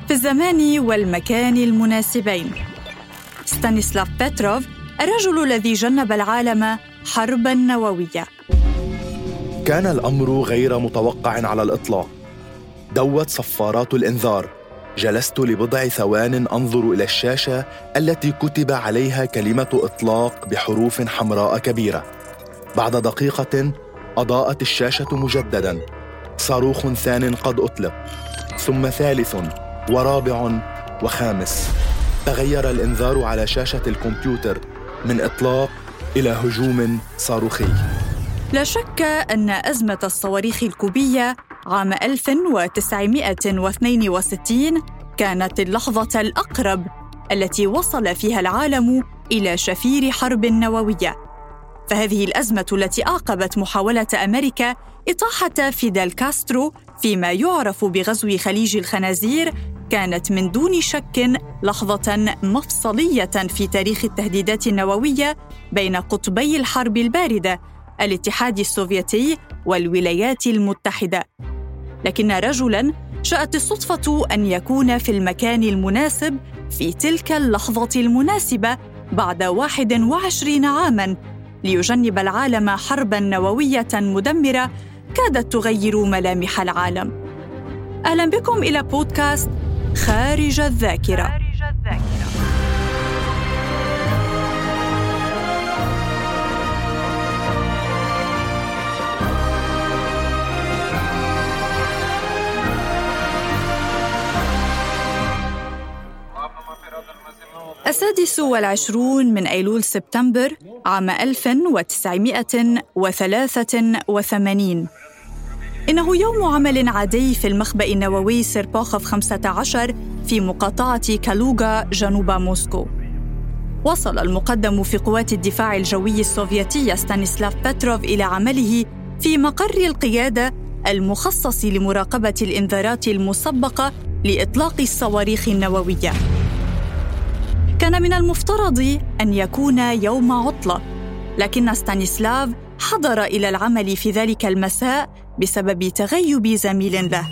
في الزمان والمكان المناسبين. ستانيسلاف بيتروف، الرجل الذي جنب العالم حرباً نووية. كان الأمر غير متوقع على الإطلاق. دوت صفارات الإنذار. جلست لبضع ثوان أنظر إلى الشاشة التي كتب عليها كلمة إطلاق بحروف حمراء كبيرة. بعد دقيقة أضاءت الشاشة مجدداً. صاروخ ثان قد أطلق، ثم ثالث ورابع وخامس. تغير الإنذار على شاشة الكمبيوتر من إطلاق إلى هجوم صاروخي. لا شك أن أزمة الصواريخ الكوبية عام 1962 كانت اللحظة الأقرب التي وصل فيها العالم إلى شفير حرب نووية. فهذه الأزمة التي أعقبت محاولة أمريكا إطاحة فيدل كاسترو فيما يعرف بغزو خليج الخنازير كانت من دون شك لحظة مفصلية في تاريخ التهديدات النووية بين قطبي الحرب الباردة، الاتحاد السوفيتي والولايات المتحدة. لكن رجلاً شاءت الصدفة أن يكون في المكان المناسب في تلك اللحظة المناسبة بعد 21 عاماً ليجنب العالم حرباً نووية مدمرة كادت تغير ملامح العالم. أهلاً بكم إلى بودكاست خارج الذاكرة. السادس والعشرون من أيلول سبتمبر عام 1983. إنه يوم عمل عادي في المخبأ النووي سيربوخوف 15 في مقاطعة كالوغا جنوب موسكو. وصل المقدم في قوات الدفاع الجوي السوفيتية ستانيسلاف بيتروف إلى عمله في مقر القيادة المخصص لمراقبة الإنذارات المسبقة لإطلاق الصواريخ النووية. كان من المفترض أن يكون يوم عطلة، لكن ستانيسلاف حضر إلى العمل في ذلك المساء بسبب تغيب زميل له.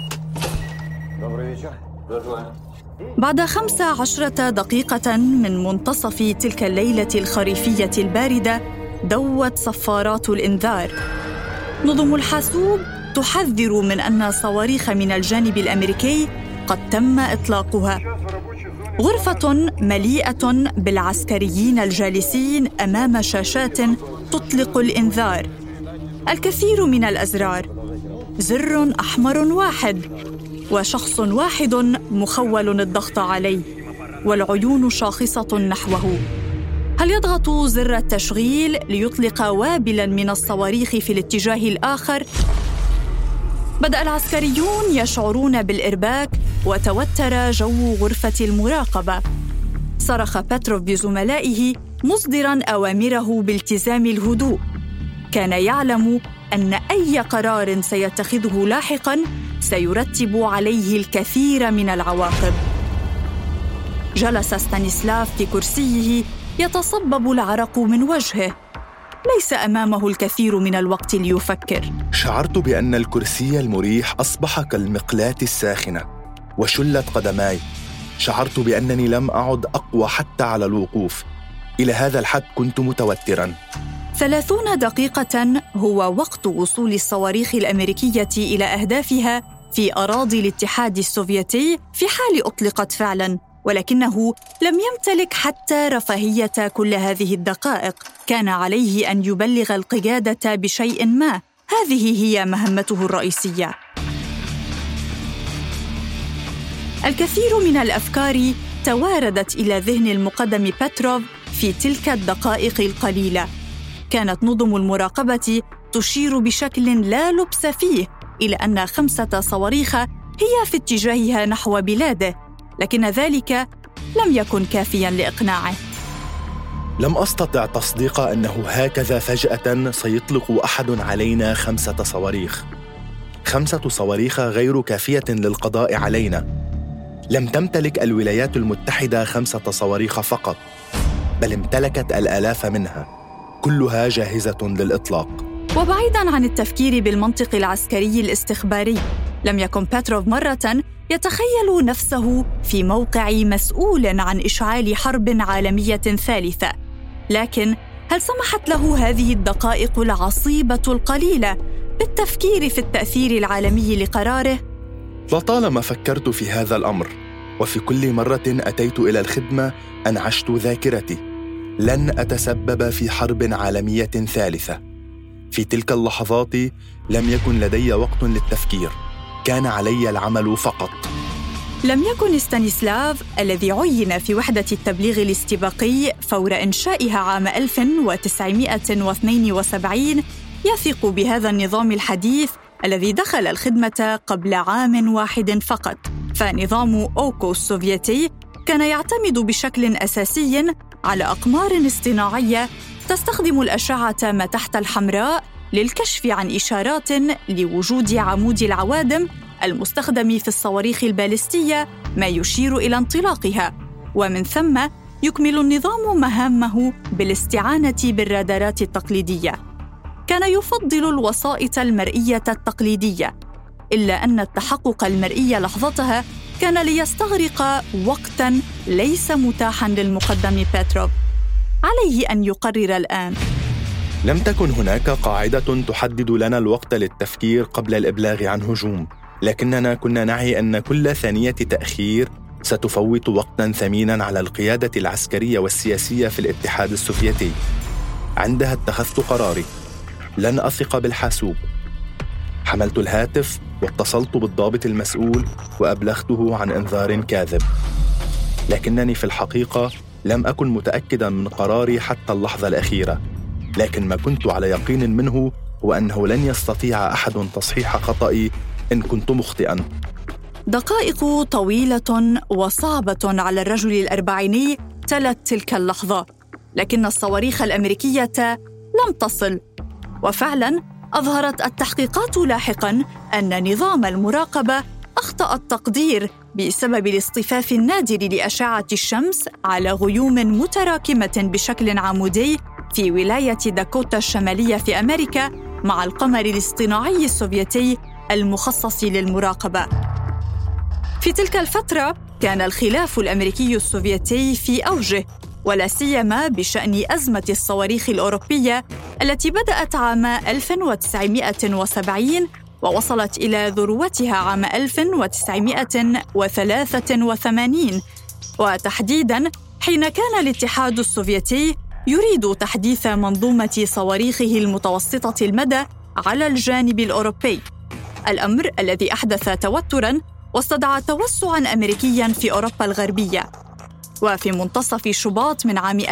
بعد 15 دقيقة من منتصف تلك الليلة الخريفية الباردة دوت صفارات الإنذار. نظم الحاسوب تحذر من أن صواريخ من الجانب الأمريكي قد تم إطلاقها. غرفة مليئة بالعسكريين الجالسين أمام شاشات تطلق الإنذار. الكثير من الأزرار، زر أحمر واحد وشخص واحد مخول الضغط عليه والعيون شاخصة نحوه. هل يضغط زر التشغيل ليطلق وابلاً من الصواريخ في الاتجاه الآخر؟ بدأ العسكريون يشعرون بالإرباك وتوتر جو غرفة المراقبة. صرخ بيتروف بزملائه مصدراً أوامره بالتزام الهدوء. كان يعلم أن أي قرار سيتخذه لاحقاً سيرتب عليه الكثير من العواقب. جلس ستانيسلاف في كرسيه يتصبب العرق من وجهه. ليس أمامه الكثير من الوقت ليفكر. شعرت بأن الكرسي المريح أصبح كالمقلاة الساخنة وشلت قدماي. شعرت بأنني لم أعد أقوى حتى على الوقوف. إلى هذا الحد كنت متوتراً. 30 دقيقة هو وقت وصول الصواريخ الأمريكية إلى أهدافها في أراضي الاتحاد السوفيتي في حال أطلقت فعلاً، ولكنه لم يمتلك حتى رفاهية كل هذه الدقائق. كان عليه أن يبلغ القيادة بشيء ما. هذه هي مهمته الرئيسية. الكثير من الأفكار تواردت إلى ذهن المقدم بيتروف في تلك الدقائق القليلة. كانت نظم المراقبة تشير بشكل لا لبس فيه إلى أن 5 صواريخ هي في اتجاهها نحو بلاده، لكن ذلك لم يكن كافياً لإقناعه. لم أستطع تصديق أنه هكذا فجأة سيطلق أحد علينا 5 صواريخ. 5 صواريخ غير كافية للقضاء علينا. لم تمتلك الولايات المتحدة 5 صواريخ فقط، بل امتلكت الآلاف منها، كلها جاهزة للإطلاق. وبعيداً عن التفكير بالمنطق العسكري الاستخباري، لم يكن بيتروف مرة يتخيل نفسه في موقع مسؤول عن إشعال حرب عالمية ثالثة، لكن هل سمحت له هذه الدقائق العصيبة القليلة بالتفكير في التأثير العالمي لقراره؟ لطالما فكرت في هذا الأمر، وفي كل مرة أتيت إلى الخدمة أنعشت ذاكرتي: لن أتسبب في حرب عالمية ثالثة. في تلك اللحظات لم يكن لدي وقت للتفكير، كان علي العمل فقط. لم يكن ستانيسلاف الذي عين في وحدة التبليغ الاستباقي فور إنشائها عام 1972 يثق بهذا النظام الحديث الذي دخل الخدمة قبل عام واحد فقط. فنظام أوكو السوفيتي كان يعتمد بشكل أساسي على أقمار اصطناعية تستخدم الأشعة ما تحت الحمراء للكشف عن إشارات لوجود عمود العوادم المستخدم في الصواريخ البالستية ما يشير إلى انطلاقها، ومن ثم يكمل النظام مهامه بالاستعانة بالرادارات التقليدية. كان يفضل الوسائط المرئية التقليدية، إلا أن التحقق المرئي لحظتها كان ليستغرق وقتاً ليس متاحاً للمقدم بيتروف. عليه أن يقرر الآن. لم تكن هناك قاعدة تحدد لنا الوقت للتفكير قبل الإبلاغ عن هجوم، لكننا كنا نعي أن كل ثانية تأخير ستفوت وقتاً ثميناً على القيادة العسكرية والسياسية في الاتحاد السوفيتي. عندها اتخذت قراري: لن أثق بالحاسوب. حملت الهاتف واتصلت بالضابط المسؤول وأبلغته عن إنذار كاذب، لكنني في الحقيقة لم أكن متأكداً من قراري حتى اللحظة الأخيرة، لكن ما كنت على يقين منه هو أنه لن يستطيع أحد تصحيح خطئي إن كنت مخطئاً. دقائق طويلة وصعبة على الرجل الأربعيني تلت تلك اللحظة، لكن الصواريخ الأمريكية لم تصل. وفعلاً أظهرت التحقيقات لاحقاً أن نظام المراقبة أخطأ التقدير بسبب الاصطفاف النادر لأشعة الشمس على غيوم متراكمة بشكل عمودي في ولاية داكوتا الشمالية في أمريكا مع القمر الاصطناعي السوفيتي المخصص للمراقبة. في تلك الفترة كان الخلاف الأمريكي السوفيتي في أوجه، ولا سيما بشأن أزمة الصواريخ الأوروبية التي بدأت عام 1970 ووصلت إلى ذروتها عام 1983، وتحديداً حين كان الاتحاد السوفيتي يريد تحديث منظومة صواريخه المتوسطة المدى على الجانب الأوروبي، الأمر الذي أحدث توتراً واستدعى توسعاً أمريكياً في أوروبا الغربية. وفي منتصف شباط من عام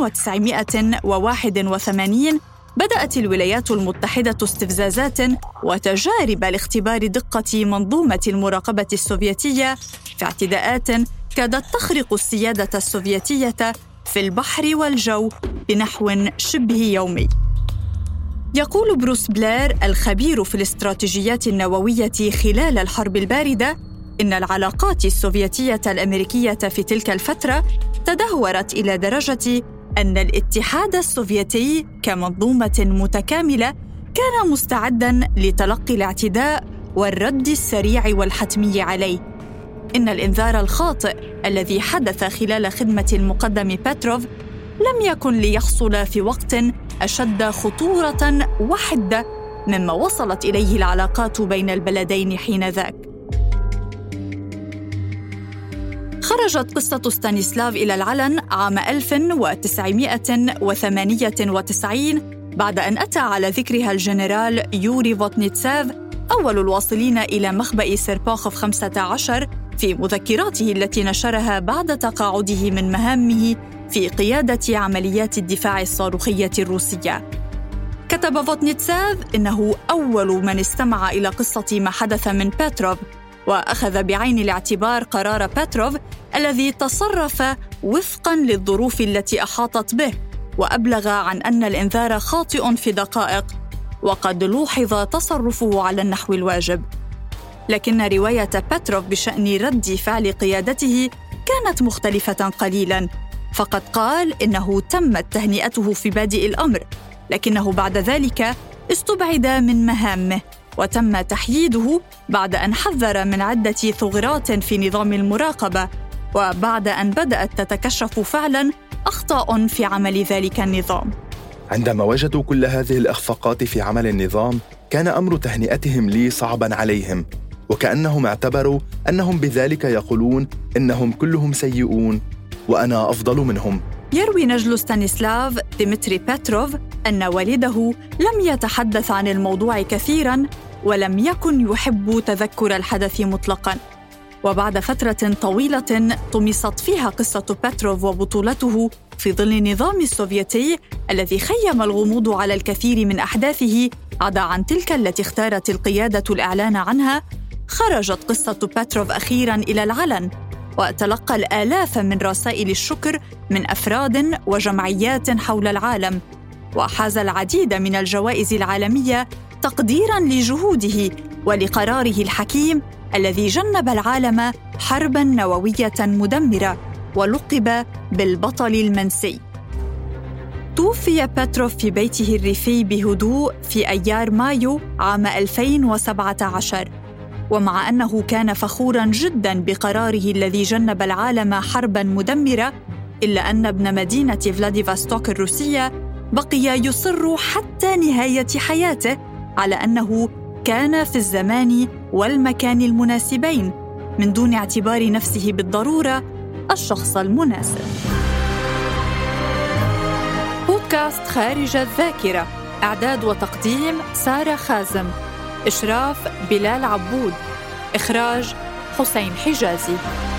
1981 بدأت الولايات المتحدة استفزازات وتجارب لاختبار دقة منظومة المراقبة السوفيتية في اعتداءات كادت تخرق السيادة السوفيتية في البحر والجو بنحو شبه يومي. يقول بروس بلير الخبير في الاستراتيجيات النووية خلال الحرب الباردة إن العلاقات السوفيتية الأمريكية في تلك الفترة تدهورت إلى درجة أن الاتحاد السوفيتي كمنظومة متكاملة كان مستعداً لتلقي الاعتداء والرد السريع والحتمي عليه. إن الإنذار الخاطئ الذي حدث خلال خدمة المقدم بيتروف لم يكن ليحصل في وقت أشد خطورة وحدة مما وصلت إليه العلاقات بين البلدين حينذاك. خرجت قصة ستانيسلاف إلى العلن عام 1998 بعد أن أتى على ذكرها الجنرال يوري فوتنيتساف أول الواصلين إلى مخبأ سيرباخوف 15 في مذكراته التي نشرها بعد تقاعده من مهامه في قيادة عمليات الدفاع الصاروخية الروسية. كتب فوتنيتساف إنه أول من استمع إلى قصة ما حدث من بيتروف، وأخذ بعين الاعتبار قرار بيتروف الذي تصرف وفقاً للظروف التي أحاطت به، وأبلغ عن أن الإنذار خاطئ في دقائق وقد لوحظ تصرفه على النحو الواجب. لكن رواية بيتروف بشأن رد فعل قيادته كانت مختلفة قليلاً، فقد قال إنه تمت تهنئته في بادئ الأمر، لكنه بعد ذلك استبعد من مهامه وتم تحييده بعد أن حذر من عدة ثغرات في نظام المراقبة، وبعد أن بدأت تتكشف فعلاً أخطاء في عمل ذلك النظام. عندما وجدوا كل هذه الإخفاقات في عمل النظام، كان أمر تهنئتهم لي صعباً عليهم، وكأنهم اعتبروا أنهم بذلك يقولون إنهم كلهم سيئون وأنا أفضل منهم. يروي نجل ستانيسلاف ديمتري بيتروف أن والده لم يتحدث عن الموضوع كثيراً ولم يكن يحب تذكر الحدث مطلقاً. وبعد فترة طويلة طمست فيها قصة بيتروف وبطولته في ظل النظام السوفيتي الذي خيم الغموض على الكثير من أحداثه عدا عن تلك التي اختارت القيادة الإعلان عنها، خرجت قصة بيتروف أخيراً إلى العلن، وتلقى الآلاف من رسائل الشكر من أفراد وجمعيات حول العالم، وحاز العديد من الجوائز العالمية تقديراً لجهوده ولقراره الحكيم الذي جنب العالم حرباً نووية مدمرة، ولقب بالبطل المنسي. توفي بيتروف في بيته الريفي بهدوء في أيار مايو عام 2017، ومع أنه كان فخوراً جداً بقراره الذي جنب العالم حرباً مدمرة، إلا أن ابن مدينة فلاديفستوك الروسية بقي يصر حتى نهاية حياته على أنه كان في الزمان والمكان المناسبين من دون اعتبار نفسه بالضرورة الشخص المناسب. بودكاست خارج الذاكرة، إعداد وتقديم سارة خازم، إشراف بلال عبود، إخراج حسين حجازي.